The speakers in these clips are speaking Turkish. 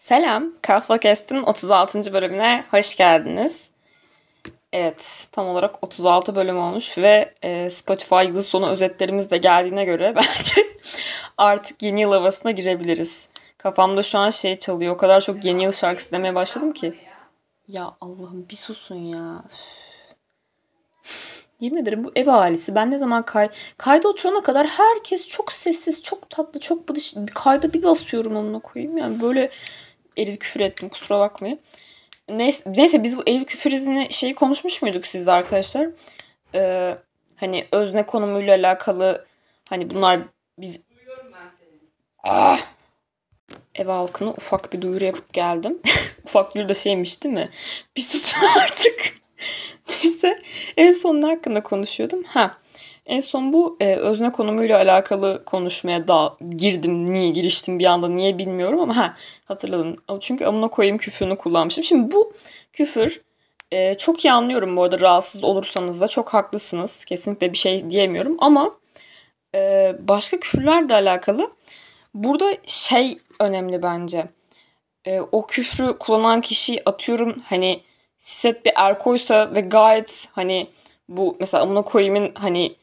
Selam, Kahvakest'in 36. bölümüne hoş geldiniz. Evet, tam olarak 36 bölüm olmuş ve Spotify yıl sonu özetlerimiz de geldiğine göre bence artık yeni yıl havasına girebiliriz. Kafamda şu an şey çalıyor, o kadar çok yeni yıl şarkısı demeye başladım ki. Ya Allah'ım bir susun ya. Yemin ederim bu ev ahalisi. Ben ne zaman kayda oturana kadar herkes çok sessiz, çok tatlı, çok bıdış. Kayda bir basıyorum onunla koyayım. Yani böyle eril küfür ettim, kusura bakmayın. Neyse biz bu eril küfür izini şeyi konuşmuş muyduk sizle arkadaşlar? Hani özne konumuyla alakalı hani bunlar biz ah! Ev halkına ufak bir duyuru yapıp geldim. Ufak duyuru da şeymiş değil mi? Bir susun artık. Neyse en son ne hakkında konuşuyordum? En son bu özne konumuyla alakalı konuşmaya da girdim. Niye giriştim bir anda niye bilmiyorum ama hatırladım. Çünkü amına koyayım küfürünü kullanmışım. Şimdi bu küfür çok iyi anlıyorum bu arada, rahatsız olursanız da çok haklısınız. Kesinlikle bir şey diyemiyorum ama başka küfürlerle alakalı burada şey önemli bence. O küfrü kullanan kişi, atıyorum hani siset bir erkoysa ve gayet hani bu mesela amına koyayımın hani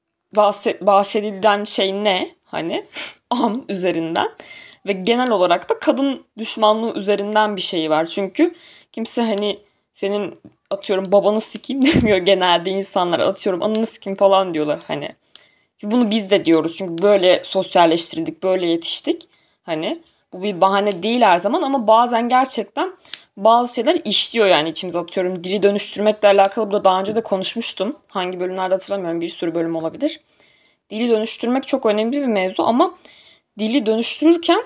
bahsedilen şey ne? Hani am üzerinden ve genel olarak da kadın düşmanlığı üzerinden bir şey var. Çünkü kimse hani senin atıyorum babanı sikeyim demiyor genelde, insanlar atıyorum ananı sikeyim falan diyorlar hani. Bunu biz de diyoruz çünkü böyle sosyalleştirildik, böyle yetiştik. Hani bu bir bahane değil her zaman ama bazen gerçekten bazı şeyler işliyor yani içimize, atıyorum. Dili dönüştürmekle alakalı da daha önce de konuşmuştum. Hangi bölümlerde hatırlamıyorum, bir sürü bölüm olabilir. Dili dönüştürmek çok önemli bir mevzu ama dili dönüştürürken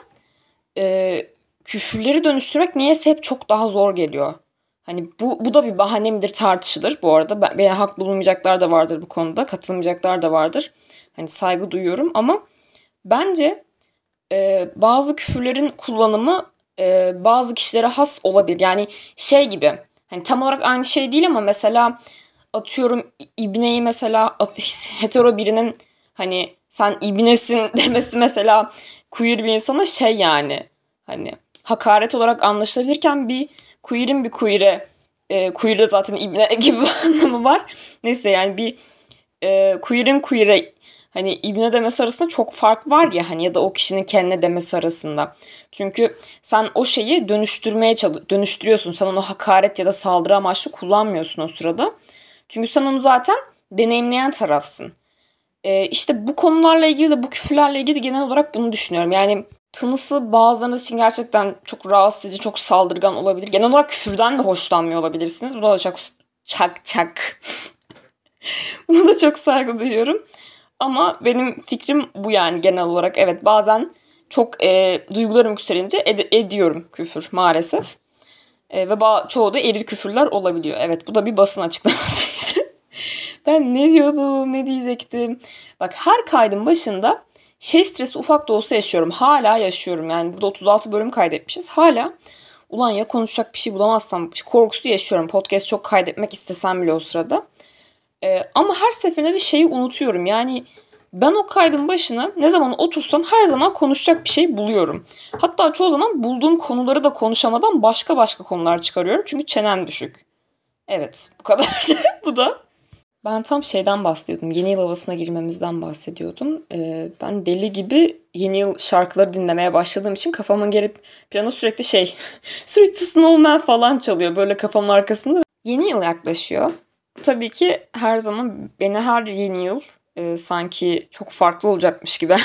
küfürleri dönüştürmek niyeyse hep çok daha zor geliyor. Hani bu da bir bahane midir tartışılır bu arada. Bana hak bulunmayacaklar da vardır bu konuda. Katılmayacaklar da vardır. Hani saygı duyuyorum ama bence bazı küfürlerin kullanımı bazı kişilere has olabilir. Yani şey gibi, hani tam olarak aynı şey değil ama mesela atıyorum ibneyi mesela hetero birinin hani sen ibnesin demesi mesela queer bir insana şey yani hani hakaret olarak anlaşılabilirken bir queer'in bir queer'de zaten ibne gibi bir anlamı var. Neyse yani bir queer'in queer'e hani ibne demesi arasında çok fark var ya hani, ya da o kişinin kendine demesi arasında. Çünkü sen o şeyi dönüştürüyorsun. Sen onu hakaret ya da saldırı amaçlı kullanmıyorsun o sırada. Çünkü sen onu zaten deneyimleyen tarafsın. İşte bu konularla ilgili de bu küfürlerle ilgili de genel olarak bunu düşünüyorum. Yani tınısı bazılarınız için gerçekten çok rahatsız edici, çok saldırgan olabilir. Genel olarak küfürden de hoşlanmıyor olabilirsiniz. Bu da çok çak. Buna da çok saygı duyuyorum. Ama benim fikrim bu yani genel olarak. Evet, bazen çok duygularım yükselince ediyorum küfür maalesef. Ve çoğu da eril küfürler olabiliyor. Evet, bu da bir basın açıklamasıydı. Ben ne diyordum, ne diyecektim. Bak, her kaydın başında şey stresi ufak da olsa yaşıyorum. Hala yaşıyorum. Yani burada 36 bölüm kaydetmişiz. Hala ulan ya konuşacak bir şey bulamazsam korkusu yaşıyorum. Podcast çok kaydetmek istesem bile o sırada. Ama her seferinde de şeyi unutuyorum. Yani ben o kaydın başına ne zaman otursam her zaman konuşacak bir şey buluyorum. Hatta çoğu zaman bulduğum konuları da konuşamadan başka konular çıkarıyorum. Çünkü çenem düşük. Evet, bu kadar. Bu da. Ben tam şeyden bahsediyordum. Yeni yıl havasına girmemizden bahsediyordum. Ben deli gibi yeni yıl şarkıları dinlemeye başladığım için kafamın gelip piyano sürekli sürekli Snowman falan çalıyor böyle kafamın arkasında. Yeni yıl yaklaşıyor. Tabii ki her zaman beni her yeni yıl sanki çok farklı olacakmış gibi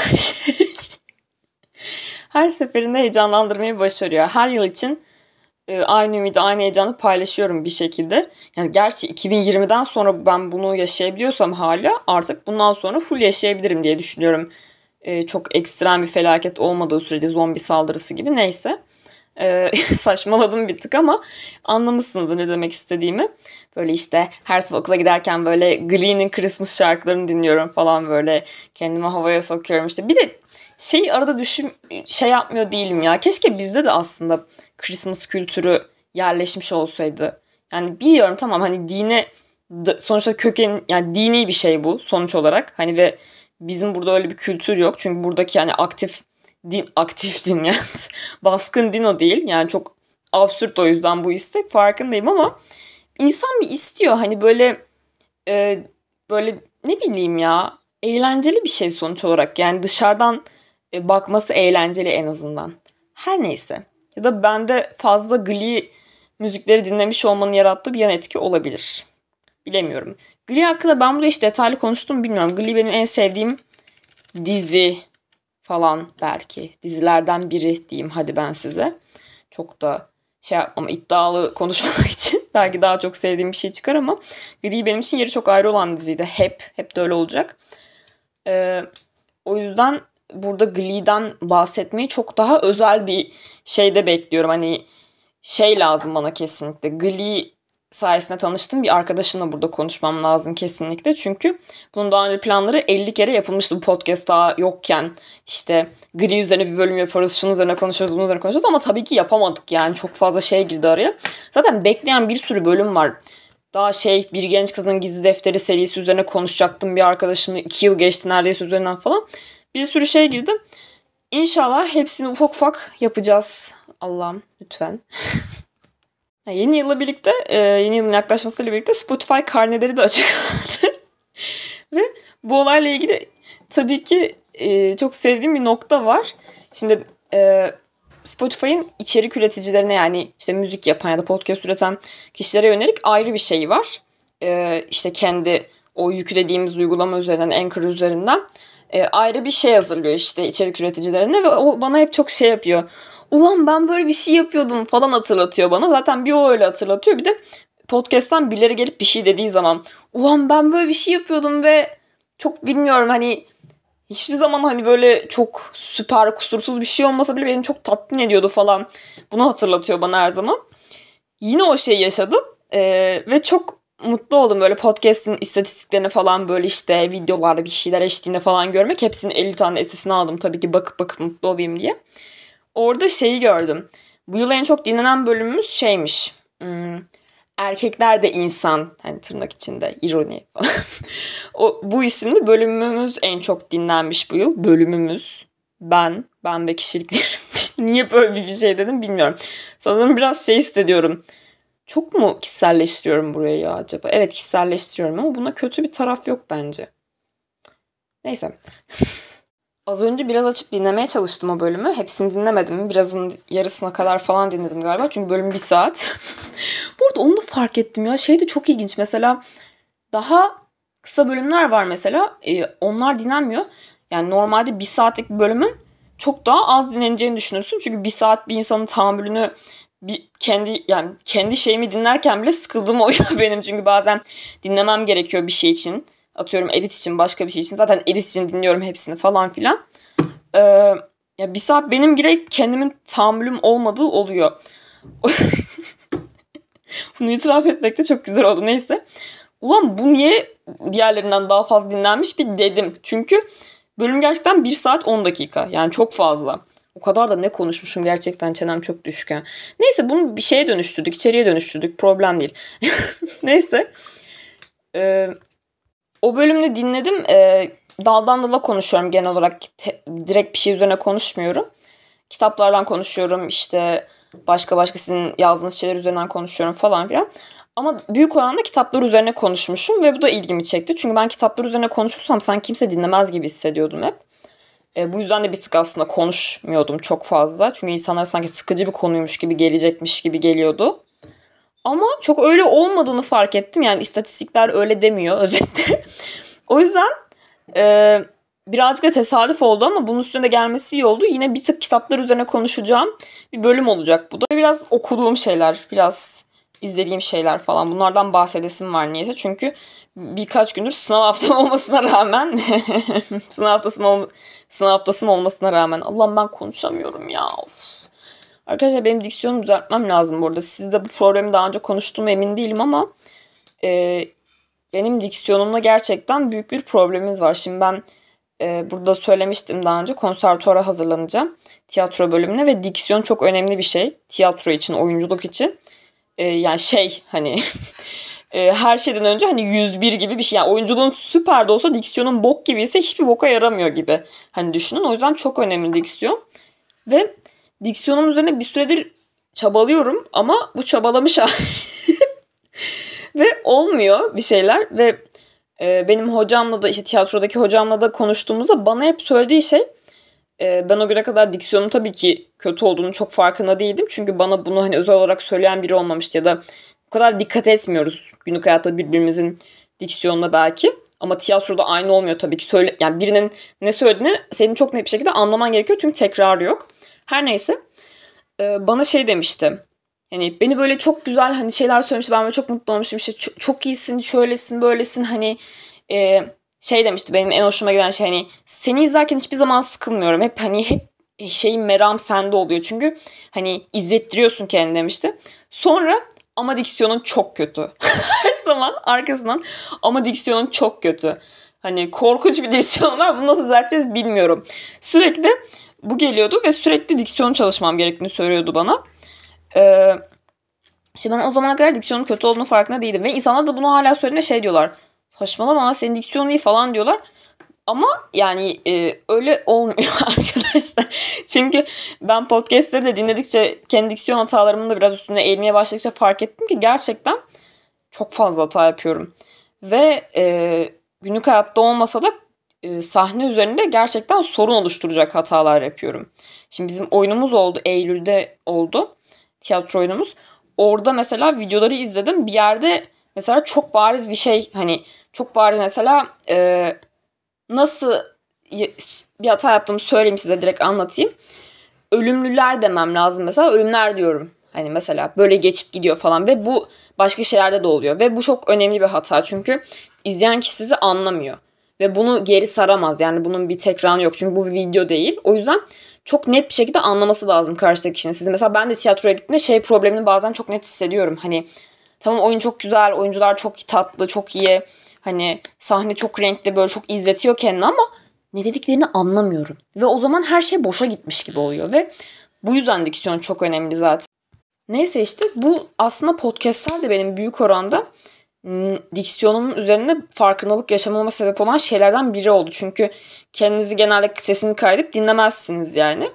her seferinde heyecanlandırmayı başarıyor. Her yıl için aynı ümidi, aynı heyecanı paylaşıyorum bir şekilde. Yani gerçi 2020'den sonra ben bunu yaşayabiliyorsam hala artık bundan sonra full yaşayabilirim diye düşünüyorum. Çok ekstrem bir felaket olmadığı sürece, zombi saldırısı gibi, neyse. Saçmaladım bir tık ama anlamışsınız ne demek istediğimi. Böyle işte her sabah okula giderken böyle Glee'nin Christmas şarkılarını dinliyorum falan, böyle kendimi havaya sokuyorum işte. Bir de arada şey yapmıyor değilim ya. Keşke bizde de aslında Christmas kültürü yerleşmiş olsaydı. Yani biliyorum, tamam, hani sonuçta yani dini bir şey bu sonuç olarak. Hani ve bizim burada öyle bir kültür yok. Çünkü buradaki yani aktif aktif dinleyen baskın Dino değil. Yani çok absürt o yüzden bu istek, farkındayım ama insan bir istiyor hani böyle ne bileyim ya, eğlenceli bir şey sonuç olarak. Yani dışarıdan bakması eğlenceli en azından. Her neyse. Ya da bende fazla Glee müzikleri dinlemiş olmanın yarattığı bir yan etki olabilir. Bilemiyorum. Glee hakkında ben burada hiç detaylı konuştum mu bilmiyorum. Glee benim en sevdiğim dizi falan belki. Dizilerden biri diyeyim hadi ben size. Çok da şey yapmam, iddialı konuşmak için belki daha çok sevdiğim bir şey çıkar ama Glee benim için yeri çok ayrı olan diziydi. Hep de öyle olacak. O yüzden burada Glee'den bahsetmeyi çok daha özel bir şeyde bekliyorum. Hani şey lazım bana kesinlikle. Glee sayesinde tanıştığım bir arkadaşımla burada konuşmam lazım kesinlikle. Çünkü bunun daha önce planları 50 kere yapılmıştı bu podcast daha yokken. İşte Glee üzerine bir bölüm yaparız, şunun üzerine konuşuruz, bunun üzerine konuşuruz ama tabii ki yapamadık yani. Çok fazla şey girdi araya. Zaten bekleyen bir sürü bölüm var. Daha Bir Genç Kızın Gizli Defteri serisi üzerine konuşacaktım bir arkadaşımla. 2 yıl geçti neredeyse üzerinden falan. Bir sürü şey girdi. İnşallah hepsini ufak ufak yapacağız. Allah'ım lütfen. Yeni yılla birlikte, yeni yılın yaklaşmasıyla birlikte Spotify karneleri de açıklandı. Ve bu olayla ilgili tabii ki çok sevdiğim bir nokta var. Şimdi Spotify'ın içerik üreticilerine, yani işte müzik yapan ya da podcast üreten kişilere yönelik ayrı bir şey var. İşte kendi o yüklediğimiz uygulama üzerinden, Anchor üzerinden ayrı bir şey hazırlıyor işte içerik üreticilerine ve o bana hep çok şey yapıyor. Ulan ben böyle bir şey yapıyordum falan hatırlatıyor bana. Zaten bir o öyle hatırlatıyor. Bir de podcast'tan birileri gelip bir şey dediği zaman ulan ben böyle bir şey yapıyordum ve çok bilmiyorum hani hiçbir zaman hani böyle çok süper kusursuz bir şey olmasa bile beni çok tatmin ediyordu falan. Bunu hatırlatıyor bana her zaman. Yine o şeyi yaşadım ve çok mutlu oldum böyle podcast'in istatistiklerini falan böyle işte videolarda bir şeyler eşliğinde falan görmek. Hepsinin 50 tane sesini aldım tabii ki bakıp mutlu olayım diye. Orada şeyi gördüm. Bu yıl en çok dinlenen bölümümüz şeymiş. Erkekler de insan. Hani tırnak içinde ironi falan. Bu isimli bölümümüz en çok dinlenmiş bu yıl. Bölümümüz. Ben ve kişiliklerim. Niye böyle bir şey dedim bilmiyorum. Sanırım biraz şey hissediyorum. Çok mu kişiselleştiriyorum burayı ya acaba? Evet kişiselleştiriyorum ama buna kötü bir taraf yok bence. Neyse. Az önce biraz açıp dinlemeye çalıştım o bölümü. Hepsini dinlemedim. Birazın yarısına kadar falan dinledim galiba. Çünkü bölüm 1 saat. Bu arada onu da fark ettim ya. Şey de çok ilginç. Mesela daha kısa bölümler var mesela. Onlar dinlenmiyor. Yani normalde 1 saatlik bir bölümün çok daha az dinleneceğini düşünürsün. Çünkü 1 saat bir insanın tahammülünü kendi şeyimi dinlerken bile sıkıldığım oluyor benim. Çünkü bazen dinlemem gerekiyor bir şey için. Atıyorum edit için, başka bir şey için. Zaten edit için dinliyorum hepsini falan filan. Ya 1 saat benim bile kendimin tahammülüm olmadığı oluyor. Bunu itiraf etmek de çok güzel oldu. Neyse. Ulan bu niye diğerlerinden daha fazla dinlenmiş bir dedim. Çünkü bölüm gerçekten 1 saat 10 dakika. Yani çok fazla. O kadar da ne konuşmuşum gerçekten, çenem çok düşük. Neyse bunu bir şeye dönüştürdük. İçeriye dönüştürdük. Problem değil. Neyse. O bölümü dinledim. Daldan dala konuşuyorum genel olarak. Direkt bir şey üzerine konuşmuyorum. Kitaplardan konuşuyorum. İşte başka sizin yazdığınız şeyler üzerinden konuşuyorum falan filan. Ama büyük oranda kitaplar üzerine konuşmuşum ve bu da ilgimi çekti. Çünkü ben kitaplar üzerine konuşursam sanki kimse dinlemez gibi hissediyordum hep. Bu yüzden de bir tık aslında konuşmuyordum çok fazla. Çünkü insanlara sanki sıkıcı bir konuymuş gibi gelecekmiş gibi geliyordu. Ama çok öyle olmadığını fark ettim. Yani istatistikler öyle demiyor özetle. O yüzden birazcık da tesadüf oldu ama bunun üstüne de gelmesi iyi oldu. Yine bir tık kitaplar üzerine konuşacağım bir bölüm olacak bu da. Biraz okuduğum şeyler, biraz izlediğim şeyler falan. Bunlardan bahsedesim var niyeyse. Çünkü birkaç gündür sınav haftam olmasına rağmen sınav haftasım olmasına rağmen Allah'ım ben konuşamıyorum ya. Of. Arkadaşlar benim diksiyonumu düzeltmem lazım bu arada. Sizde bu problemi daha önce konuştuğuma emin değilim ama benim diksiyonumla gerçekten büyük bir problemimiz var. Şimdi ben burada söylemiştim daha önce, konservatuara hazırlanacağım. Tiyatro bölümüne ve diksiyon çok önemli bir şey. Tiyatro için, oyunculuk için. Yani hani her şeyden önce hani 101 gibi bir şey. Yani oyunculuğun süper de olsa diksiyonun bok gibi ise hiçbir boka yaramıyor gibi. Hani düşünün. O yüzden çok önemli diksiyon. Ve diksiyonum üzerine bir süredir çabalıyorum ama bu çabalamış hali ve olmuyor bir şeyler ve benim hocamla da işte tiyatrodaki hocamla da konuştuğumuzda bana hep söylediği şey ben o güne kadar diksiyonum tabii ki kötü olduğunu çok farkında değildim. Çünkü bana bunu hani özel olarak söyleyen biri olmamıştı ya da bu kadar dikkat etmiyoruz günlük hayatta birbirimizin diksiyonuna belki. Ama tiyatroda aynı olmuyor tabii ki. Yani birinin ne söylediğini senin çok net bir şekilde anlaman gerekiyor çünkü tekrarı yok. Her neyse bana şey demişti. Hani beni böyle çok güzel hani şeyler söylemişti. Ben böyle çok mutlu olmuştum. İşte çok iyisin, şöylesin, böylesin hani şey demişti benim en hoşuma giden şey hani seni izlerken hiçbir zaman sıkılmıyorum. Hep şeyin meram sende oluyor. Çünkü hani izlettiriyorsun kendini demişti. Sonra ama diksiyonun çok kötü. Her zaman arkasından ama diksiyonun çok kötü. Hani korkunç bir diksiyon var. Bunu nasıl düzelteceğiz bilmiyorum. Sürekli bu geliyordu ve sürekli diksiyon çalışmam gerektiğini söylüyordu bana. İşte ben o zamana kadar diksiyonun kötü olduğunu farkında değildim. Ve insanlar da bunu hala söylediğinde şey diyorlar. Saçmalama senin diksiyonun iyi falan diyorlar. Ama yani öyle olmuyor arkadaşlar. Çünkü ben podcastleri de dinledikçe kendi diksiyon hatalarımın da biraz üstüne eğilmeye başladıkça fark ettim ki gerçekten çok fazla hata yapıyorum. Ve günlük hayatta olmasa da sahne üzerinde gerçekten sorun oluşturacak hatalar yapıyorum. Şimdi bizim oyunumuz oldu. Eylül'de oldu. Tiyatro oyunumuz. Orada mesela videoları izledim. Bir yerde mesela çok bariz bir şey hani çok bariz mesela nasıl bir hata yaptığımı söyleyeyim size direkt anlatayım. Ölümlüler demem lazım mesela. Ölümler diyorum. Hani mesela böyle geçip gidiyor falan ve bu başka şeylerde de oluyor. Ve bu çok önemli bir hata çünkü izleyen kişi sizi anlamıyor. Ve bunu geri saramaz. Yani bunun bir tekrarı yok. Çünkü bu bir video değil. O yüzden çok net bir şekilde anlaması lazım karşıdaki kişinin. Sizi mesela ben de tiyatroya gittiğimde şey problemini bazen çok net hissediyorum. Hani tamam oyun çok güzel, oyuncular çok tatlı, çok iyi. Hani sahne çok renkli, böyle çok izletiyor kendini ama ne dediklerini anlamıyorum. Ve o zaman her şey boşa gitmiş gibi oluyor ve bu yüzden diksiyon çok önemli zaten. Neyse işte bu aslında podcastler de benim büyük oranda diksiyonumun üzerinde farkındalık yaşamama sebep olan şeylerden biri oldu. Çünkü kendinizi genelde sesini kaydedip dinlemezsiniz yani.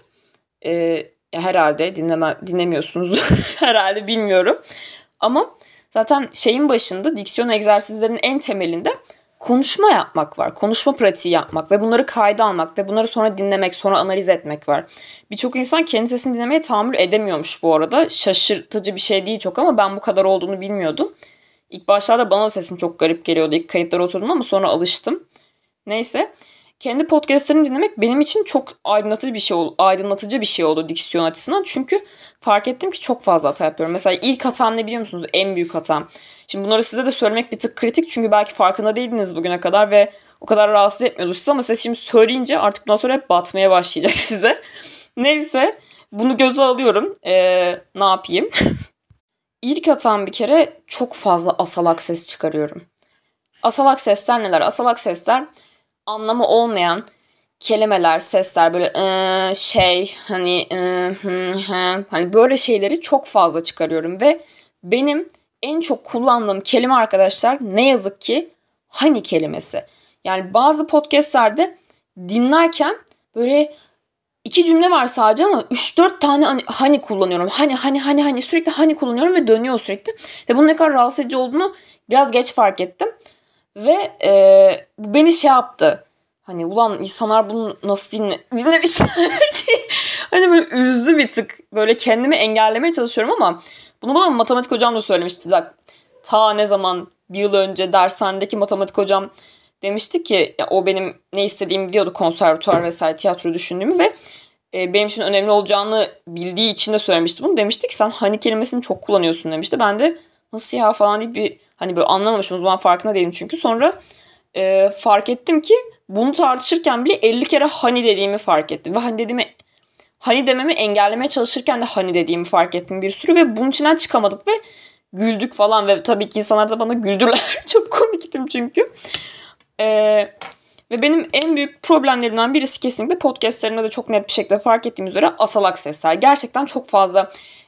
Herhalde dinlemiyorsunuz herhalde bilmiyorum. Ama zaten şeyin başında diksiyon egzersizlerinin en temelinde konuşma yapmak var. Konuşma pratiği yapmak ve bunları kayda almak ve bunları sonra dinlemek, sonra analiz etmek var. Birçok insan kendi sesini dinlemeye tahammül edemiyormuş bu arada. Şaşırtıcı bir şey değil çok ama ben bu kadar olduğunu bilmiyordum. İlk başlarda bana da sesim çok garip geliyordu. İlk kayıtlara oturdum ama sonra alıştım. Neyse. Kendi podcastlerimi dinlemek benim için çok aydınlatıcı bir şey oldu diksiyon açısından. Çünkü fark ettim ki çok fazla hata yapıyorum. Mesela ilk hatam ne biliyor musunuz? En büyük hatam. Şimdi bunları size de söylemek bir tık kritik. Çünkü belki farkında değildiniz bugüne kadar ve o kadar rahatsız etmiyordu sizi. Ama size şimdi söyleyince artık bundan sonra hep batmaya başlayacak size. Neyse bunu göze alıyorum. Ne yapayım? İlk hatam bir kere çok fazla asalak ses çıkarıyorum. Asalak sesler neler? Asalak sesler anlamı olmayan kelimeler, sesler böyle hani hani böyle şeyleri çok fazla çıkarıyorum ve benim en çok kullandığım kelime arkadaşlar ne yazık ki hani kelimesi. Yani bazı podcastlerde dinlerken böyle iki cümle var sadece ama 3-4 tane hani kullanıyorum. Hani sürekli hani kullanıyorum ve dönüyor sürekli. Ve bunun ne kadar rahatsız edici olduğunu biraz geç fark ettim. Ve bu beni şey yaptı. Hani ulan insanlar bunu nasıl dinlemişler diye. Hani böyle üzdü bir tık. Böyle kendimi engellemeye çalışıyorum ama bunu bana matematik hocam da söylemişti. Bak ta ne zaman bir yıl önce dershanedeki matematik hocam demişti ki ya o benim ne istediğimi biliyordu konservatuar vesaire tiyatro düşündüğümü ve benim için önemli olacağını bildiği için de söylemişti bunu. Demişti ki sen hani kelimesini çok kullanıyorsun demişti. Ben de nasıl ya falan deyip bir hani böyle anlamamışım o zaman farkında değilim çünkü. Sonra fark ettim ki bunu tartışırken bile 50 kere hani dediğimi fark ettim. Ve hani dememi engellemeye çalışırken de hani dediğimi fark ettim bir sürü ve bunun içinden çıkamadık ve güldük falan ve tabii ki insanlar da bana güldüler. Çok komiktim çünkü. Ve benim en büyük problemlerimden birisi kesinlikle podcastlerimde de çok net bir şekilde fark ettiğim üzere asalak sesler. Gerçekten çok fazla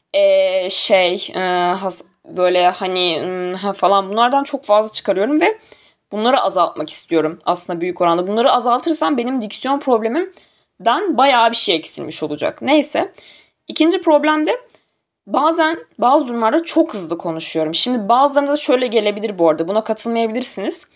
böyle hani falan bunlardan çok fazla çıkarıyorum ve bunları azaltmak istiyorum aslında büyük oranda. Bunları azaltırsam benim diksiyon problemim kelimeden bayağı bir şey eksilmiş olacak. Neyse. İkinci problem de bazen bazı durumlarda çok hızlı konuşuyorum. Şimdi bazılarınıza da şöyle gelebilir bu arada. Buna katılmayabilirsiniz.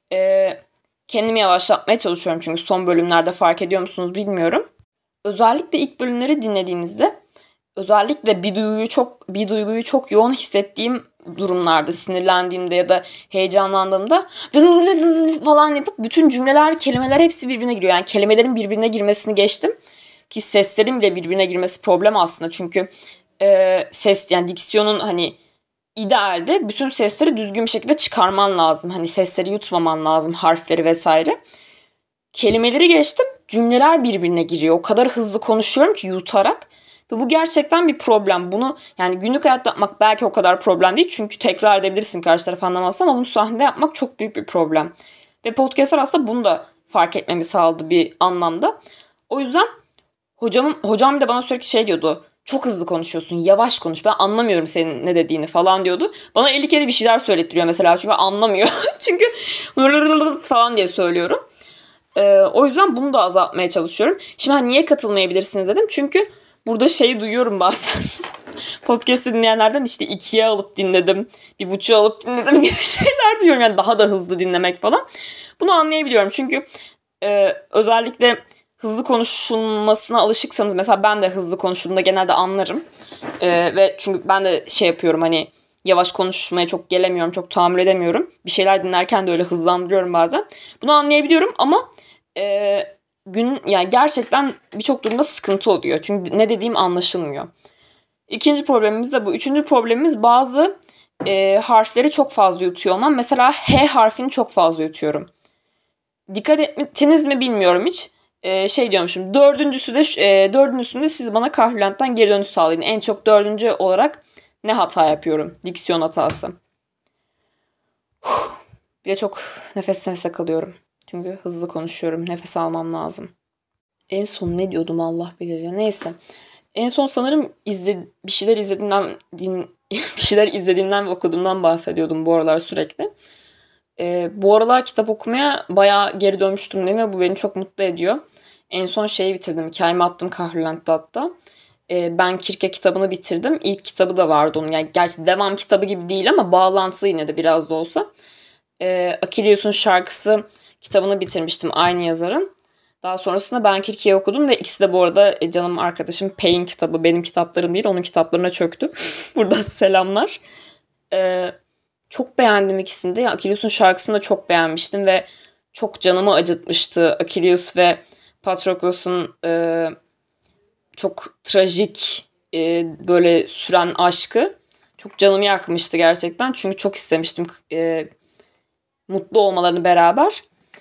Kendimi yavaşlatmaya çalışıyorum çünkü son bölümlerde fark ediyor musunuz bilmiyorum. Özellikle ilk bölümleri dinlediğinizde özellikle bir duyguyu çok yoğun hissettiğim durumlarda, sinirlendiğimde ya da heyecanlandığımda falan yapıp bütün cümleler, kelimeler hepsi birbirine giriyor. Yani kelimelerin birbirine girmesini geçtim ki seslerin bile birbirine girmesi problem aslında. Çünkü ses yani diksiyonun hani idealde bütün sesleri düzgün bir şekilde çıkarman lazım. Hani sesleri yutmaman lazım, harfleri vesaire. Kelimeleri geçtim, cümleler birbirine giriyor. O kadar hızlı konuşuyorum ki yutarak. Ve bu gerçekten bir problem. Bunu yani günlük hayatta yapmak belki o kadar problem değil. Çünkü tekrar edebilirsin karşı taraf anlamazsa ama bunu sahnede yapmak çok büyük bir problem. Ve podcastlar aslında bunu da fark etmemi sağladı bir anlamda. O yüzden hocam da bana sürekli şey diyordu. Çok hızlı konuşuyorsun, yavaş konuş. Ben anlamıyorum senin ne dediğini falan diyordu. Bana 50 kere bir şeyler söylettiriyor mesela çünkü anlamıyor. Çünkü falan diye söylüyorum. O yüzden bunu da azaltmaya çalışıyorum. Şimdi hani niye katılmayabilirsiniz dedim. Çünkü burada şeyi duyuyorum bazen. Podcast'ı dinleyenlerden işte 2'ye alıp dinledim. 1,5'a alıp dinledim gibi şeyler duyuyorum. Yani daha da hızlı dinlemek falan. Bunu anlayabiliyorum. Çünkü özellikle hızlı konuşulmasına alışıksanız mesela ben de hızlı konuşulduğunda genelde anlarım. Ve çünkü ben de şey yapıyorum hani yavaş konuşmaya çok gelemiyorum, çok tahammül edemiyorum. Bir şeyler dinlerken de öyle hızlandırıyorum bazen. Bunu anlayabiliyorum ama yani gerçekten birçok durumda sıkıntı oluyor. Çünkü ne dediğim anlaşılmıyor. İkinci problemimiz de bu. Üçüncü problemimiz bazı harfleri çok fazla yutuyor olmam. Mesela H harfini çok fazla yutuyorum. Dikkat ettiniz mi bilmiyorum hiç. Şey diyormuşum. Dördüncüsünde siz bana Kahrülent'ten geri dönüş sağlayın. En çok dördüncü olarak ne hata yapıyorum? Diksiyon hatası. Bir de çok nefes nefese kalıyorum. Çünkü hızlı konuşuyorum. Nefes almam lazım. En son ne diyordum Allah bilir ya. Neyse. En son sanırım bir şeyler izlediğimden ve okuduğumdan bahsediyordum bu aralar sürekli. Bu aralar kitap okumaya bayağı geri dönmüştüm değil mi? Ve bu beni çok mutlu ediyor. En son şeyi bitirdim. Hikayemi attım Kahrülent'te hatta. Ben Kirke kitabını bitirdim. İlk kitabı da vardı onun. Yani gerçi devam kitabı gibi değil ama bağlantılı yine de biraz da olsa. Akilius'un şarkısı kitabını bitirmiştim aynı yazarın. Daha sonrasında Ben Kirke'yi okudum ve ikisi de bu arada canım arkadaşım Pay'in kitabı. Benim kitaplarım değil, onun kitaplarına çöktüm. Buradan selamlar. Çok beğendim ikisini de. Akilius'un şarkısını da çok beğenmiştim ve çok canımı acıtmıştı. Akilius ve Patroklos'un çok trajik böyle süren aşkı. Çok canımı yakmıştı gerçekten. Çünkü çok istemiştim mutlu olmalarını beraber.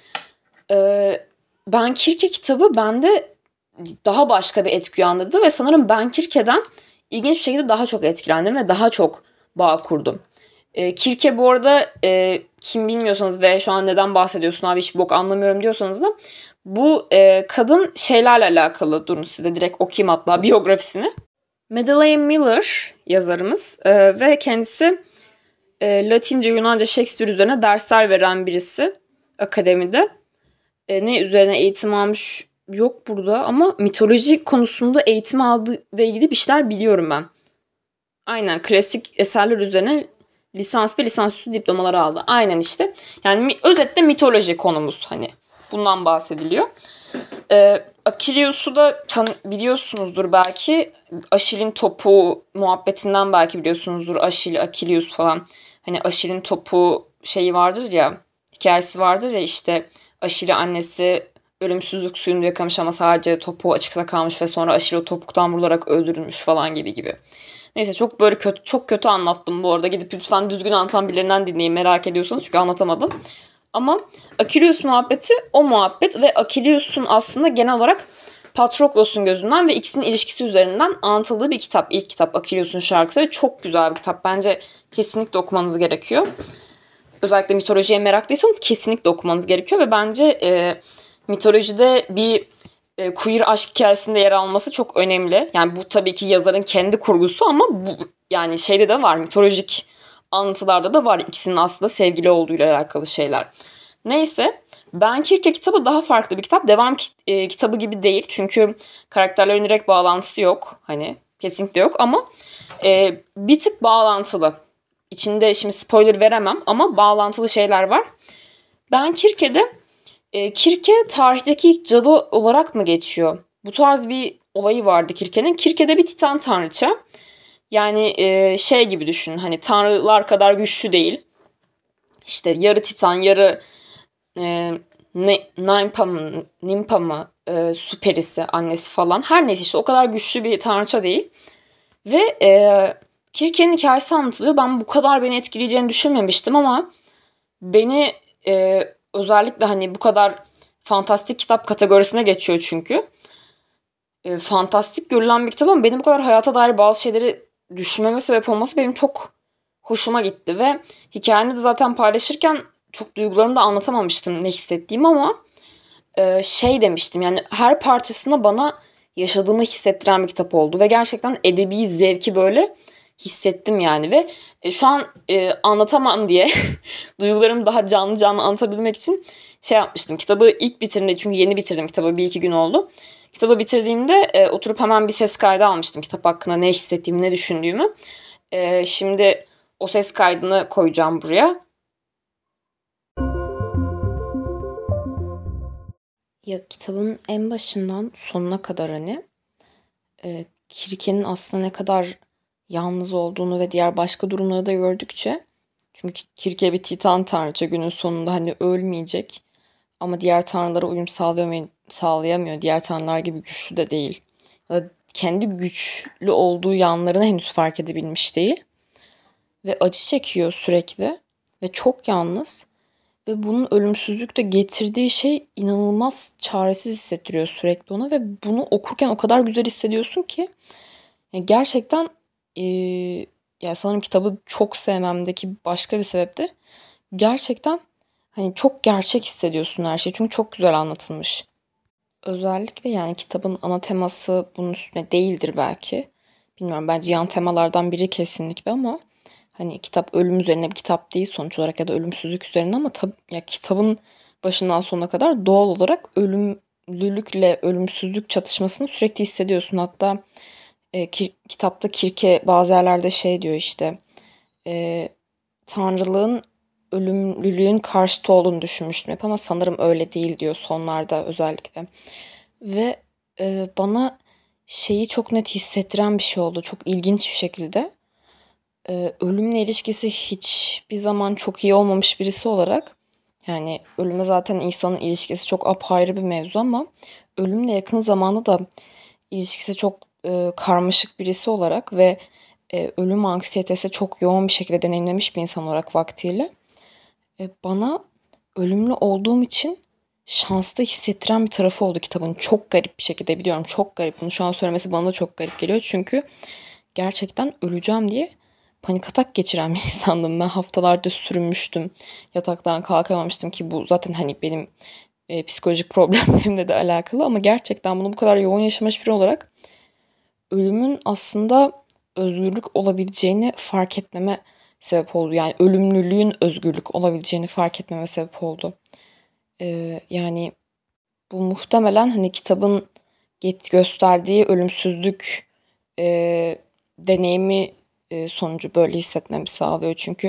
Ben Kirke kitabı bende daha başka bir etki uyandırdı ve sanırım Ben Kirke'den ilginç bir şekilde daha çok etkilendim ve daha çok bağ kurdum. Kirke bu arada kim bilmiyorsanız ve şu an neden bahsediyorsun abi hiç bok anlamıyorum diyorsanız da bu kadın şeylerle alakalı. Durun size direkt okuyayım hatta biyografisini. Madeleine Miller yazarımız ve kendisi Latince, Yunanca, Shakespeare üzerine dersler veren birisi akademide. Ne üzerine eğitim almış yok burada ama mitoloji konusunda eğitim aldığı ile ilgili bir şeyler biliyorum ben. Aynen klasik eserler üzerine lisans ve lisansüstü diplomaları aldı. Aynen işte. Yani özetle mitoloji konumuz hani. Bundan bahsediliyor. Akilius'u da biliyorsunuzdur belki. Aşil'in topu muhabbetinden belki biliyorsunuzdur. Aşil, Akilius falan. Hani Aşil'in topu şeyi vardır ya. Hikayesi vardır ya işte. Aşil'i annesi ölümsüzlük suyunu yakamış ama sadece topuğu açıkta kalmış ve sonra Aşil o topuktan vurularak öldürülmüş falan gibi. Neyse çok böyle çok kötü anlattım bu arada. Gidip lütfen düzgün anlatan birilerinden dinleyin merak ediyorsanız çünkü anlatamadım. Ama Akilius muhabbeti o muhabbet ve Akilius'un aslında genel olarak Patroklos'un gözünden ve ikisinin ilişkisi üzerinden anlatıldığı bir kitap. İlk kitap Akilius'un şarkısı ve çok güzel bir kitap. Bence kesinlikle okumanız gerekiyor. Özellikle mitolojiye meraklıysanız kesinlikle okumanız gerekiyor ve bence mitolojide bir queer aşk hikayesinde yer alması çok önemli. Yani bu tabii ki yazarın kendi kurgusu ama bu yani şeyde de var, mitolojik anlatılarda da var ikisinin aslında sevgili olduğuyla alakalı şeyler. Neyse Ben Kirke kitabı daha farklı bir kitap. Devam kitabı gibi değil. Çünkü karakterlerin direkt bağlantısı yok. Hani kesinlikle yok ama bir tık bağlantılı. İçinde şimdi spoiler veremem ama bağlantılı şeyler var. Ben Kirke'de Kirke tarihteki ilk cadı olarak mı geçiyor? Bu tarz bir olayı vardı Kirke'nin. Kirke'de bir Titan tanrıça. Yani şey gibi düşün. Hani tanrılar kadar güçlü değil. İşte yarı Titan, yarı e, Nimpa mı su perisi, annesi falan. Her neyse işte o kadar güçlü bir tanrıça değil. Ve Kirke'nin hikayesi anlatılıyor. Ben bu kadar beni etkileyeceğini düşünmemiştim ama beni özellikle hani bu kadar fantastik kitap kategorisine geçiyor çünkü. Fantastik görülen bir kitap ama benim bu kadar hayata dair bazı şeyleri düşünmeme sebep olması benim çok hoşuma gitti. Ve hikayemi de zaten paylaşırken çok duygularımı da anlatamamıştım ne hissettiğimi ama şey demiştim yani her parçasında bana yaşadığımı hissettiren bir kitap oldu. Ve gerçekten edebi zevki böyle hissettim yani. Ve şu an anlatamam diye duygularımı daha canlı canlı anlatabilmek için şey yapmıştım. Kitabı ilk bitirdiğimde çünkü yeni bitirdim kitabı 1-2 gün oldu. Kitabı bitirdiğimde oturup hemen bir ses kaydı almıştım kitap hakkında ne hissettiğimi, ne düşündüğümü. Şimdi o ses kaydını koyacağım buraya. Ya kitabın en başından sonuna kadar hani Kirke'nin aslında ne kadar yalnız olduğunu ve diğer başka durumları da gördükçe çünkü Kirke bir Titan tanrıça günün sonunda hani ölmeyecek ama diğer tanrılara uyum sağlayamıyor. Diğer tanrılar gibi güçlü de değil. Ya da kendi güçlü olduğu yanlarını henüz fark edebilmiş değil. Ve acı çekiyor sürekli. Ve çok yalnız. Ve bunun ölümsüzlükte getirdiği şey inanılmaz çaresiz hissettiriyor sürekli ona. Ve bunu okurken o kadar güzel hissediyorsun ki. Yani gerçekten yani sanırım kitabı çok sevmemdeki başka bir sebep de gerçekten hani çok gerçek hissediyorsun her şeyi. Çünkü çok güzel anlatılmış. Özellikle yani kitabın ana teması bunun üstüne değildir belki. Bilmiyorum bence yan temalardan biri kesinlikle ama hani kitap ölüm üzerine bir kitap değil sonuç olarak ya da ölümsüzlük üzerine ama ya kitabın başından sonuna kadar doğal olarak ölümlülükle ölümsüzlük çatışmasını sürekli hissediyorsun. Hatta kitapta Kirke bazı yerlerde şey diyor işte e, tanrılığın ölümlülüğün karşıtı olduğunu düşünmüştüm hep ama sanırım öyle değil diyor sonlarda özellikle. Ve bana şeyi çok net hissettiren bir şey oldu. Çok ilginç bir şekilde. Ölümle ilişkisi hiçbir zaman çok iyi olmamış birisi olarak yani ölüme zaten insanın ilişkisi çok apayrı bir mevzu ama ölümle yakın zamanda da ilişkisi çok karmaşık birisi olarak ve ölüm anksiyetesi çok yoğun bir şekilde deneyimlemiş bir insan olarak vaktiyle bana ölümlü olduğum için şanslı hissettiren bir tarafı oldu kitabın. Çok garip bir şekilde biliyorum. Çok garip. Bunu şu an söylemesi bana da çok garip geliyor. Çünkü gerçekten öleceğim diye panik atak geçiren bir insandım. Ben haftalarca sürünmüştüm. Yataktan kalkamamıştım ki bu zaten hani benim psikolojik problemlerimle de alakalı. Ama gerçekten bunu bu kadar yoğun yaşamış biri olarak ölümün aslında özgürlük olabileceğini fark etmeme sebep oldu. Yani ölümlülüğün özgürlük olabileceğini fark etmeme sebep oldu. Yani bu muhtemelen hani kitabın gösterdiği ölümsüzlük deneyimi sonucu böyle hissetmemi sağlıyor. Çünkü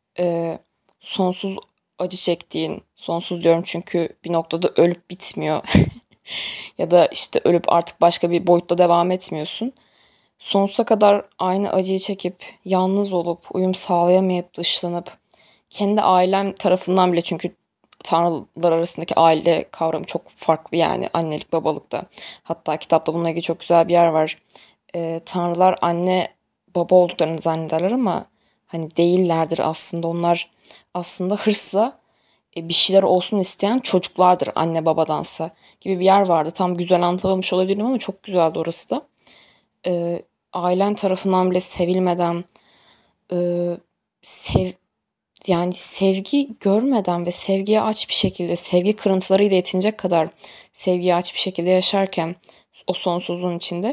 sonsuz acı çektiğin, sonsuz diyorum çünkü bir noktada ölüp bitmiyor. Ya da işte ölüp artık başka bir boyutta devam etmiyorsun. Sonsuza kadar aynı acıyı çekip, yalnız olup, uyum sağlayamayıp, dışlanıp, kendi ailem tarafından bile çünkü tanrılar arasındaki aile kavramı çok farklı yani annelik babalıkta. Hatta kitapta bununla ilgili çok güzel bir yer var. Tanrılar anne baba olduklarını zannederler ama hani değillerdir aslında. Onlar aslında hırsla bir şeyler olsun isteyen çocuklardır anne babadansa gibi bir yer vardı. Tam güzel anlatamamış olabilirim ama çok güzeldi orası da. Ailen tarafından bile sevilmeden, e, sev yani sevgi görmeden ve sevgiye aç bir şekilde, sevgi kırıntılarıyla yetinecek kadar sevgiye aç bir şekilde yaşarken o sonsuzluğun içinde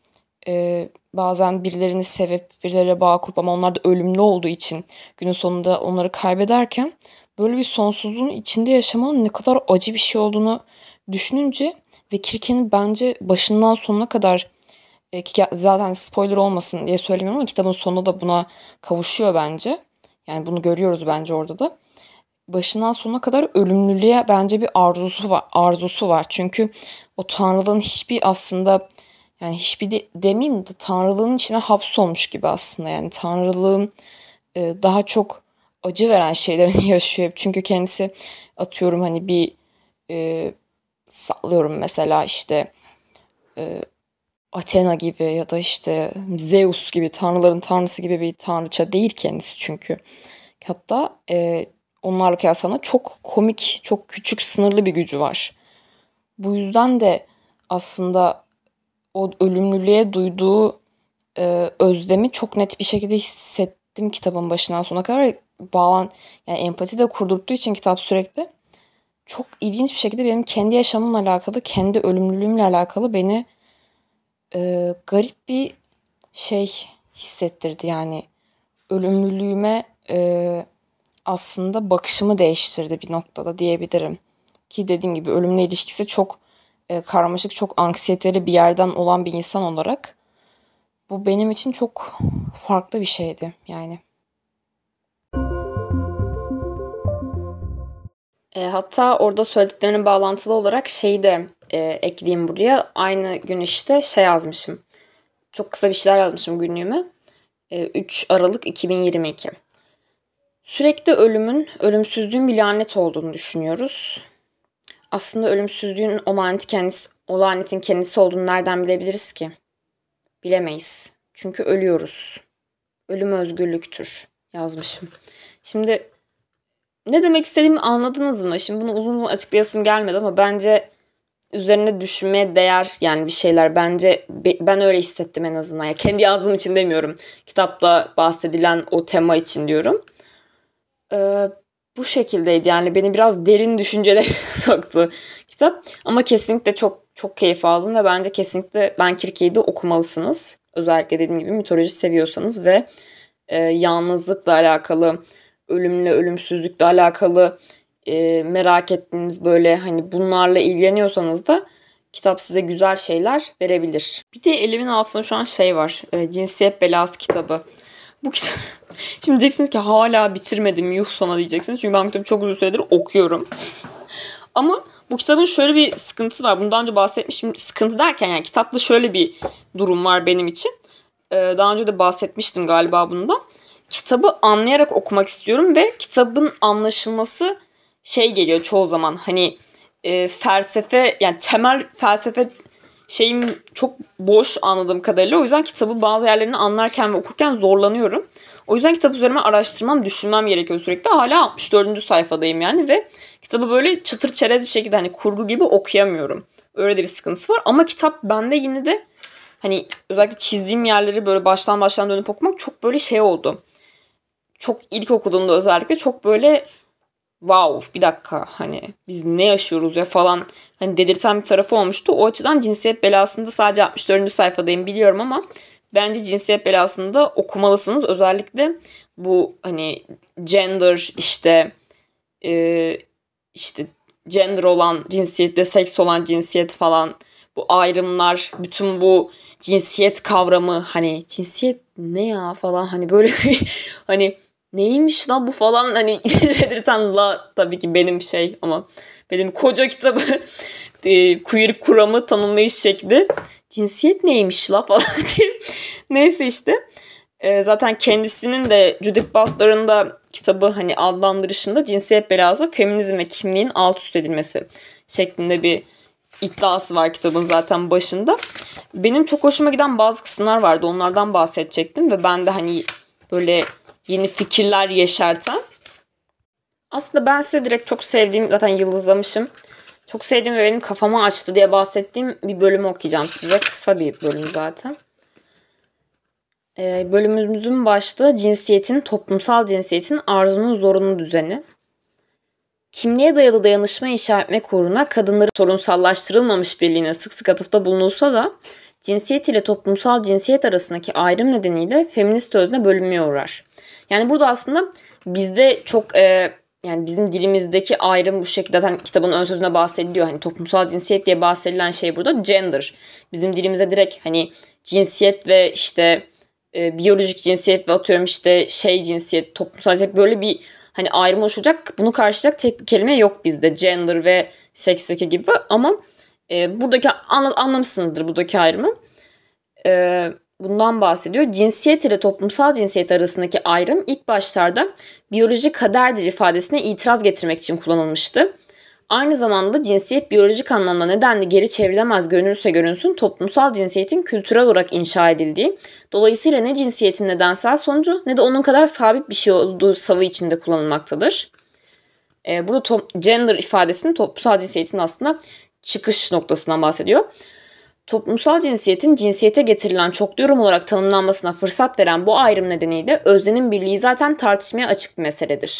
bazen birilerini sevip birileriyle bağ kurup ama onlar da ölümlü olduğu için günün sonunda onları kaybederken böyle bir sonsuzluğun içinde yaşamanın ne kadar acı bir şey olduğunu düşününce ve Kirke'nin bence başından sonuna kadar zaten spoiler olmasın diye söylemiyorum ama kitabın sonunda da buna kavuşuyor bence. Yani bunu görüyoruz bence orada da. Başından sonuna kadar ölümlülüğe bence bir arzusu var. Çünkü o tanrılığın hiçbir aslında yani hiçbir demeyeyim de tanrılığın içine hapsolmuş gibi aslında. Yani tanrılığın daha çok acı veren şeylerini yaşıyor hep. Çünkü kendisi atıyorum hani bir sallıyorum mesela işte Athena gibi ya da işte Zeus gibi tanrıların tanrısı gibi bir tanrıça değil kendisi çünkü. Hatta onlarla kıyaslanınca çok komik, çok küçük, sınırlı bir gücü var. Bu yüzden de aslında o ölümlülüğe duyduğu özlemi çok net bir şekilde hissettim kitabın başından sonuna kadar. Yani empati de kurdurttuğu için kitap sürekli çok ilginç bir şekilde benim kendi yaşamımla alakalı, kendi ölümlülüğümle alakalı beni garip bir şey hissettirdi. Yani ölümlülüğüme aslında bakışımı değiştirdi bir noktada diyebilirim. Ki dediğim gibi ölümle ilişkisi çok karmaşık, çok anksiyeteli bir yerden olan bir insan olarak bu benim için çok farklı bir şeydi yani. Hatta orada söylediklerine bağlantılı olarak şeyi de ekleyeyim buraya. Aynı gün işte şey yazmışım. Çok kısa bir şeyler yazmışım günlüğüme. 3 Aralık 2022. Sürekli ölümsüzlüğün bir lanet olduğunu düşünüyoruz. Aslında ölümsüzlüğün o lanetin kendisi olduğunu nereden bilebiliriz ki? Bilemeyiz. Çünkü ölüyoruz. Ölüm özgürlüktür yazmışım. Şimdi ne demek istediğimi anladınız mı? Şimdi bunu uzun uzun açıklayasım gelmedi ama bence üzerine düşünmeye değer yani bir şeyler. Bence ben öyle hissettim en azından. Ya kendi yazdığım için demiyorum. Kitapta bahsedilen o tema için diyorum. Bu şekildeydi yani beni biraz derin düşüncelere soktu kitap. Ama kesinlikle çok çok keyif aldım ve bence kesinlikle Ben Kirke'yi de okumalısınız. Özellikle dediğim gibi mitoloji seviyorsanız ve yalnızlıkla alakalı, ölümle, ölümsüzlükle alakalı merak ettiğiniz böyle hani bunlarla ilgileniyorsanız da kitap size güzel şeyler verebilir. Bir de elimin altında şu an şey var. Cinsiyet Belası kitabı. Bu kitap... Şimdi diyeceksiniz ki hala bitirmedim yuh sana diyeceksiniz. Çünkü ben bu kitabı çok uzun süredir okuyorum. Ama bu kitabın şöyle bir sıkıntısı var. Bundan önce bahsetmiştim. Sıkıntı derken yani kitapta şöyle bir durum var benim için. Daha önce de bahsetmiştim galiba bundan. Kitabı anlayarak okumak istiyorum ve kitabın anlaşılması şey geliyor çoğu zaman. Hani felsefe yani temel felsefe şeyim çok boş anladığım kadarıyla. O yüzden kitabı bazı yerlerini anlarken ve okurken zorlanıyorum. O yüzden kitap üzerine araştırmam, düşünmem gerekiyor sürekli. Hala 64. sayfadayım yani ve kitabı böyle çıtır çerez bir şekilde hani kurgu gibi okuyamıyorum. Öyle de bir sıkıntısı var. Ama kitap bende yine de hani özellikle çizdiğim yerleri böyle baştan dönüp okumak çok böyle şey oldu. Çok ilk okuduğumda özellikle çok böyle wow bir dakika hani biz ne yaşıyoruz ya falan hani dedirten bir tarafı olmuştu. O açıdan Cinsiyet Belası'nda sadece 64. sayfadayım biliyorum ama bence Cinsiyet Belası'nda okumalısınız. Özellikle bu hani gender e, işte gender olan cinsiyette seks olan cinsiyet falan bu ayrımlar bütün bu cinsiyet kavramı hani cinsiyet ne ya falan hani böyle bir hani neymiş lan bu falan hani dedirten la tabii ki benim şey ama benim koca kitabı queer kuramı tanımlayış şekli cinsiyet neymiş la falan diye. Neyse işte zaten kendisinin de Judith Butler'ın da kitabı hani adlandırışında cinsiyet belası feminizm ve kimliğin alt üst edilmesi şeklinde bir iddiası var kitabın zaten başında. Benim çok hoşuma giden bazı kısımlar vardı. Onlardan bahsedecektim ve ben de hani böyle yeni fikirler yeşerten. Aslında ben size direkt çok sevdiğim, zaten yıldızlamışım. Çok sevdiğim ve benim kafamı açtı diye bahsettiğim bir bölümü okuyacağım size. Kısa bir bölüm zaten. Bölümümüzün başlığı toplumsal cinsiyetin arzunun zorunlu düzeni. Kimliğe dayalı dayanışma inşa etmek uğruna kadınların sorunsallaştırılmamış birliğine sık sık atıfta bulunulsa da cinsiyet ile toplumsal cinsiyet arasındaki ayrım nedeniyle feminist özne bölünmeye uğrar. Yani burada aslında bizde çok yani bizim dilimizdeki ayrım bu şekilde, zaten kitabın ön sözüne bahsediliyor. Hani toplumsal cinsiyet diye bahsedilen şey burada gender. Bizim dilimize direkt hani cinsiyet ve işte biyolojik cinsiyet ve atıyorum işte cinsiyet, toplumsal cinsiyet, böyle bir hani ayrım oluşacak. Bunu karşılayacak tek bir kelime yok bizde. Gender ve sex'teki gibi, ama buradaki anlamışsınızdır buradaki ayrımı. Bundan bahsediyor. Cinsiyet ile toplumsal cinsiyet arasındaki ayrım ilk başlarda biyolojik kaderdir ifadesine itiraz getirmek için kullanılmıştı. Aynı zamanda cinsiyet biyolojik anlamda nedenle geri çevrilemez görünürse görünsün toplumsal cinsiyetin kültürel olarak inşa edildiği, dolayısıyla ne cinsiyetin nedensel sonucu ne de onun kadar sabit bir şey olduğu savı içinde kullanılmaktadır. Burada gender ifadesinin toplumsal cinsiyetin aslında çıkış noktasından bahsediyor. Toplumsal cinsiyetin cinsiyete getirilen çoklu yorum olarak tanımlanmasına fırsat veren bu ayrım nedeniyle öznenin birliği zaten tartışmaya açık bir meseledir.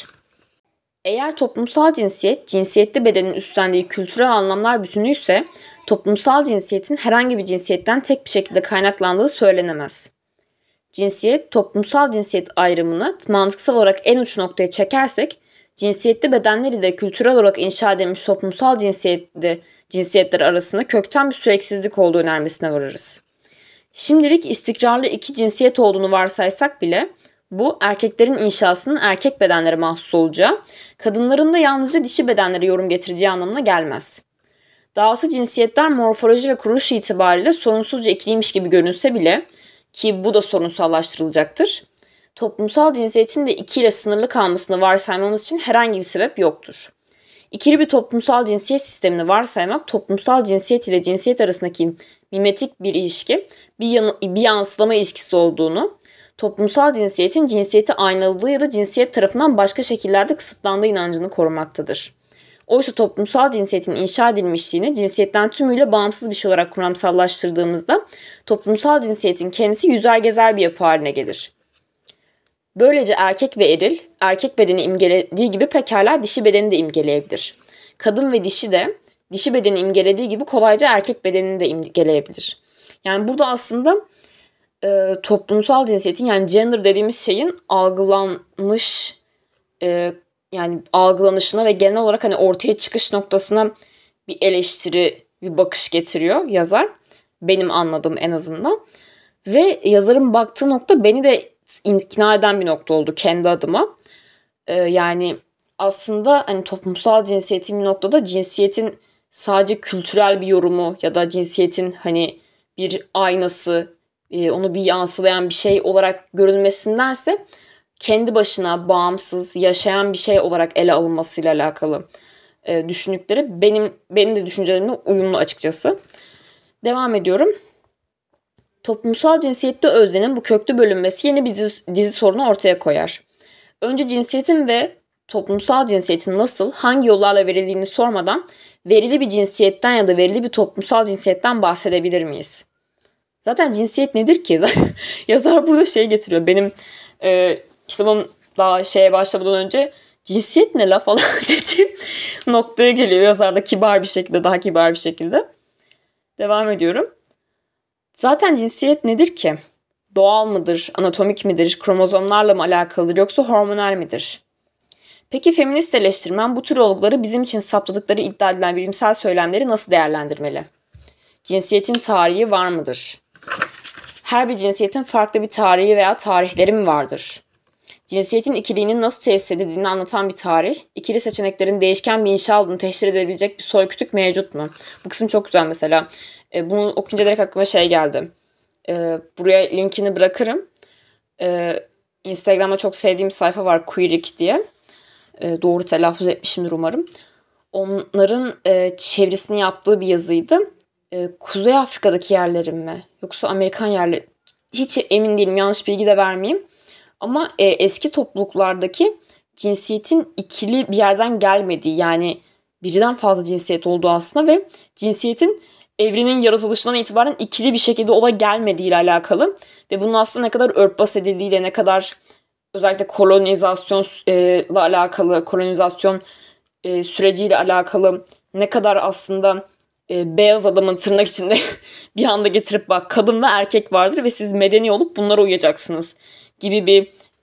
Eğer toplumsal cinsiyet, cinsiyetli bedenin üstlendiği kültürel anlamlar bütünü ise toplumsal cinsiyetin herhangi bir cinsiyetten tek bir şekilde kaynaklandığı söylenemez. Cinsiyet, toplumsal cinsiyet ayrımını mantıksal olarak en uç noktaya çekersek, cinsiyetli bedenler ile kültürel olarak inşa edilmiş toplumsal cinsiyetler arasında kökten bir süreksizlik olduğu önermesine varırız. Şimdilik istikrarlı iki cinsiyet olduğunu varsaysak bile bu erkeklerin inşasının erkek bedenlere mahsus olacağı, kadınların da yalnızca dişi bedenlere yorum getireceği anlamına gelmez. Dahası cinsiyetler morfoloji ve kuruluş itibariyle sorunsuzca ikiliymiş gibi görünse bile, ki bu da sorunsallaştırılacaktır, toplumsal cinsiyetin de iki ile sınırlı kalmasını varsaymamız için herhangi bir sebep yoktur. İkili bir toplumsal cinsiyet sistemini varsaymak, toplumsal cinsiyet ile cinsiyet arasındaki mimetik bir ilişki, bir yansılama ilişkisi olduğunu, toplumsal cinsiyetin cinsiyeti aynaladığı ya da cinsiyet tarafından başka şekillerde kısıtlandığı inancını korumaktadır. Oysa toplumsal cinsiyetin inşa edilmişliğini cinsiyetten tümüyle bağımsız bir şey olarak kuramsallaştırdığımızda toplumsal cinsiyetin kendisi yüzer gezer bir yapı haline gelir. Böylece erkek ve eril, erkek bedeni imgelediği gibi pekala dişi bedeni de imgeleyebilir. Kadın ve dişi de dişi bedeni imgelediği gibi kolayca erkek bedenini de imgeleyebilir. Yani burada aslında toplumsal cinsiyetin, yani gender dediğimiz şeyin algılanmış, yani algılanışına ve genel olarak hani ortaya çıkış noktasına bir eleştiri, bir bakış getiriyor yazar. Benim anladığım en azından. Ve yazarın baktığı nokta beni de ikna eden bir nokta oldu kendi adıma. Yani aslında hani toplumsal cinsiyetin bir noktada cinsiyetin sadece kültürel bir yorumu ya da cinsiyetin hani bir aynası, onu bir yansılayan bir şey olarak görülmesindense kendi başına bağımsız yaşayan bir şey olarak ele alınmasıyla alakalı düşündükleri benim de düşüncelerimle uyumlu açıkçası. Devam ediyorum. Toplumsal cinsiyette öznenin bu köklü bölünmesi yeni bir dizi sorunu ortaya koyar. Önce cinsiyetin ve toplumsal cinsiyetin nasıl, hangi yollarla verildiğini sormadan verili bir cinsiyetten ya da verili bir toplumsal cinsiyetten bahsedebilir miyiz? Zaten cinsiyet nedir ki? Yazar burada getiriyor. Benim kitabım daha başlamadan önce cinsiyet ne la falan dediğim noktaya geliyor yazar da kibar bir şekilde, daha kibar bir şekilde. Devam ediyorum. Zaten cinsiyet nedir ki? Doğal mıdır, anatomik midir, kromozomlarla mı alakalıdır yoksa hormonal midir? Peki feminist eleştirmen bu tür olguları bizim için saptadıkları iddia edilen bilimsel söylemleri nasıl değerlendirmeli? Cinsiyetin tarihi var mıdır? Her bir cinsiyetin farklı bir tarihi veya tarihleri mi vardır? Cinsiyetin ikiliğinin nasıl tesis edildiğini anlatan bir tarih, ikili seçeneklerin değişken bir inşa olduğunu teşhir edebilecek bir soykütük mevcut mu? Bu kısım çok güzel mesela. Bunu okuyunca direkt aklıma geldi. Buraya linkini bırakırım. Instagram'da çok sevdiğim bir sayfa var, Queerik diye. Doğru telaffuz etmişimdir umarım. Onların çevresini yaptığı bir yazıydı. Kuzey Afrika'daki yerlerim mi? Yoksa Amerikan yerleri? Hiç emin değilim, yanlış bilgi de vermeyeyim. Ama eski topluluklardaki cinsiyetin ikili bir yerden gelmediği, yani birden fazla cinsiyet olduğu aslında ve cinsiyetin evrenin yaratılışından itibaren ikili bir şekilde ola gelmediği ile alakalı ve bunun aslında ne kadar örtbas edildiğiyle, ne kadar özellikle kolonizasyonla alakalı, kolonizasyon süreciyle alakalı ne kadar aslında beyaz adamın tırnak içinde bir anda getirip bak kadın ve erkek vardır ve siz medeni olup bunlara uyacaksınız gibi bir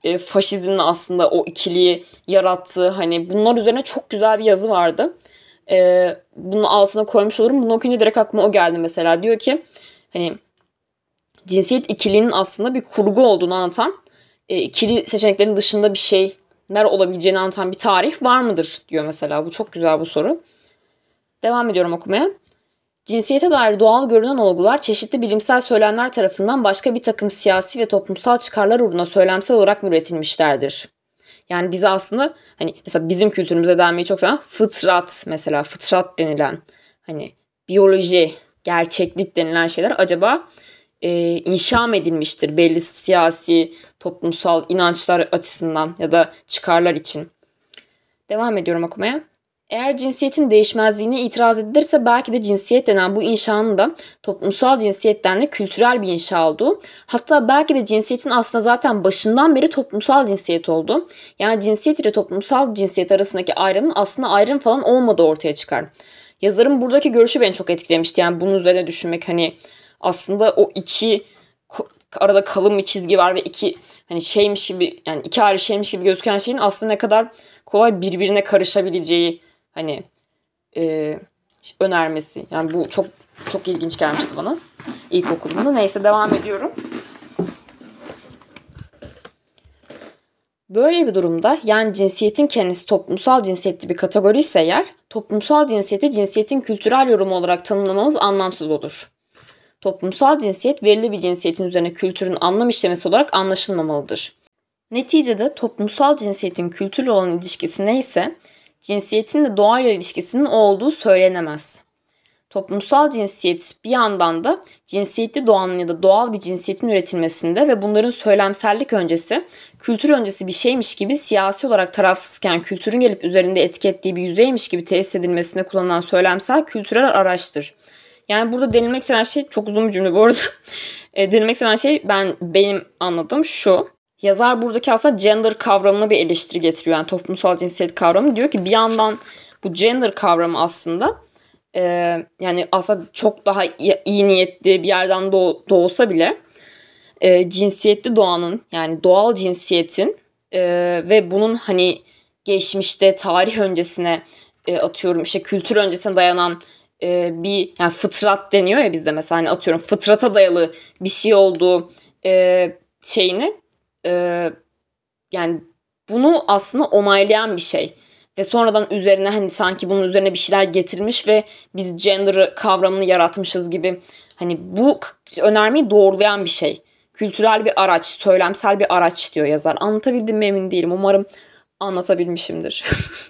faşizmin aslında o ikiliyi yarattığı, hani bunlar üzerine çok güzel bir yazı vardı. Bunun altına koymuş olurum. Bunu okuyunca direkt aklıma o geldi mesela. Diyor ki hani cinsiyet ikiliğinin aslında bir kurgu olduğunu anlatan, ikili seçeneklerin dışında bir şeyler olabileceğini anlatan bir tarih var mıdır diyor mesela. Bu çok güzel bu soru. Devam ediyorum okumaya. Cinsiyete dair doğal görünen olgular çeşitli bilimsel söylemler tarafından başka bir takım siyasi ve toplumsal çıkarlar uğruna söylemsel olarak mı üretilmişlerdir? Yani bize aslında hani mesela bizim kültürümüze denmeyi çok seven fıtrat, mesela fıtrat denilen, hani biyoloji, gerçeklik denilen şeyler acaba inşa mı edilmiştir belli siyasi, toplumsal inançlar açısından ya da çıkarlar için? Devam ediyorum okumaya. Eğer cinsiyetin değişmezliğine itiraz edilirse belki de cinsiyet denen bu inşanın da toplumsal cinsiyetten de kültürel bir inşa olduğu, hatta belki de cinsiyetin aslında zaten başından beri toplumsal cinsiyet olduğu, yani cinsiyet ile toplumsal cinsiyet arasındaki ayrımın aslında ayrım falan olmadığı ortaya çıkar. Yazarın buradaki görüşü beni çok etkilemişti. Yani bunun üzerine düşünmek, hani aslında o iki arada kalın bir çizgi var ve iki hani şeymiş gibi, yani iki ayrı şeymiş gibi gözüken şeyin aslında ne kadar kolay birbirine karışabileceği hani önermesi. Yani bu çok çok ilginç gelmişti bana ilkokulumda. Neyse devam ediyorum. Böyle bir durumda, yani cinsiyetin kendisi toplumsal cinsiyetli bir kategori ise eğer, toplumsal cinsiyeti cinsiyetin kültürel yorumu olarak tanımlamamız anlamsız olur. Toplumsal cinsiyet verili bir cinsiyetin üzerine kültürün anlam işlemesi olarak anlaşılmamalıdır. Neticede toplumsal cinsiyetin kültürle olan ilişkisi neyse, cinsiyetin de doğayla ilişkisinin o olduğu söylenemez. Toplumsal cinsiyet bir yandan da cinsiyetli doğanın ya da doğal bir cinsiyetin üretilmesinde ve bunların söylemsellik öncesi, kültür öncesi bir şeymiş gibi siyasi olarak tarafsızken kültürün gelip üzerinde etiketliği bir yüzeymiş gibi tesis edilmesine kullanılan söylemsel kültürel araçtır. Yani burada denilmek istenen şey, çok uzun bir cümle bu arada. Denilmek istenen şey benim anladığım şu. Yazar buradaki aslında gender kavramına bir eleştiri getiriyor. Yani toplumsal cinsiyet kavramı. Diyor ki bir yandan bu gender kavramı aslında yani aslında çok daha iyi niyetli bir yerden doğsa bile cinsiyetli doğanın, yani doğal cinsiyetin ve bunun hani geçmişte tarih öncesine atıyorum işte kültür öncesine dayanan bir, yani fıtrat deniyor ya bizde mesela, hani atıyorum fıtrata dayalı bir şey olduğu şeyini, yani bunu aslında onaylayan bir şey. Ve sonradan üzerine hani sanki bunun üzerine bir şeyler getirilmiş ve biz gender kavramını yaratmışız gibi, hani bu önermeyi doğrulayan bir şey. Kültürel bir araç, söylemsel bir araç diyor yazar. Anlatabildim mi emin değilim. Umarım anlatabilmişimdir.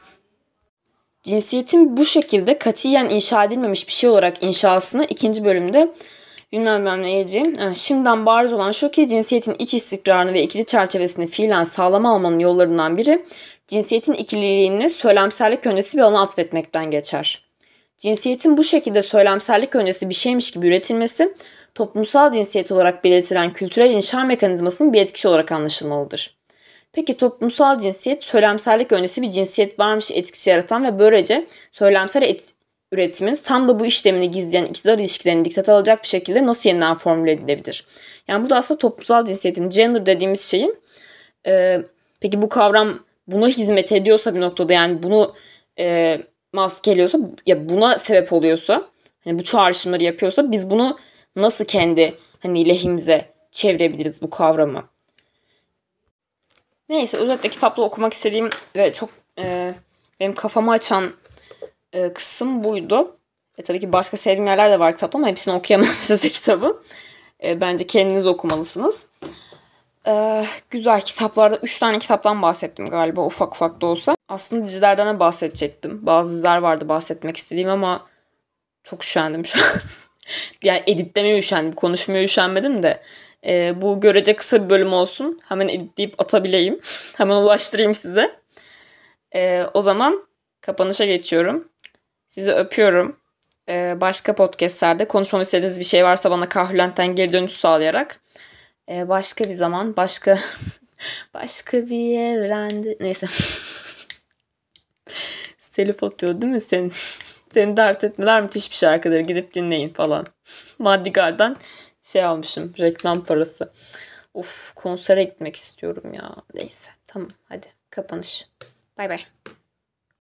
Cinsiyetin bu şekilde katiyen inşa edilmemiş bir şey olarak inşasını ikinci bölümde bilmem neyeceğim. Şimdiden bariz olan şu ki cinsiyetin iç istikrarını ve ikili çerçevesini fiilen sağlama almanın yollarından biri, cinsiyetin ikililiğini söylemsellik öncesi bir alana atfetmekten geçer. Cinsiyetin bu şekilde söylemsellik öncesi bir şeymiş gibi üretilmesi, toplumsal cinsiyet olarak belirtilen kültürel inşa mekanizmasının bir etkisi olarak anlaşılmalıdır. Peki toplumsal cinsiyet, söylemsellik öncesi bir cinsiyet varmış etkisi yaratan ve böylece söylemsel üretimin tam da bu işlemini gizleyen iktidar ilişkilerini dikkate alacak bir şekilde nasıl yeniden formüle edilebilir? Yani bu da aslında toplumsal cinsiyetin, gender dediğimiz şeyin, peki bu kavram buna hizmet ediyorsa bir noktada, yani bunu maskeliyorsa ya buna sebep oluyorsa, hani bu çağrışımları yapıyorsa, biz bunu nasıl kendi hani lehimize çevirebiliriz bu kavramı? Neyse, özetle kitapta okumak istediğim ve çok benim kafamı açan kısım buydu. Tabii ki başka sevdiğim yerler de var kitapta ama hepsini okuyamam size kitabı. Bence kendiniz okumalısınız. Güzel kitaplarda 3 tane kitaptan bahsettim galiba, ufak ufak da olsa. Aslında dizilerden de bahsedecektim. Bazı diziler vardı bahsetmek istediğim ama çok üşendim şu an. Yani editlemeye üşendim, konuşmaya üşenmedim de. Bu görece kısa bir bölüm olsun. Hemen editleyip atabileyim. Hemen ulaştırayım size. O zaman kapanışa geçiyorum. Sizi öpüyorum. Başka podcastlerde konuşmamı istediğiniz bir şey varsa bana Kahrülent'ten geri dönüş sağlayarak. Başka bir zaman, başka bir evrende. Neyse. Telif atıyor değil mi senin? Seni dert etmeler müthiş bir şarkıdır. Gidip dinleyin falan. Madrigal'den almışım. Reklam parası. Of, konsere gitmek istiyorum ya. Neyse tamam, hadi kapanış. Bay bay.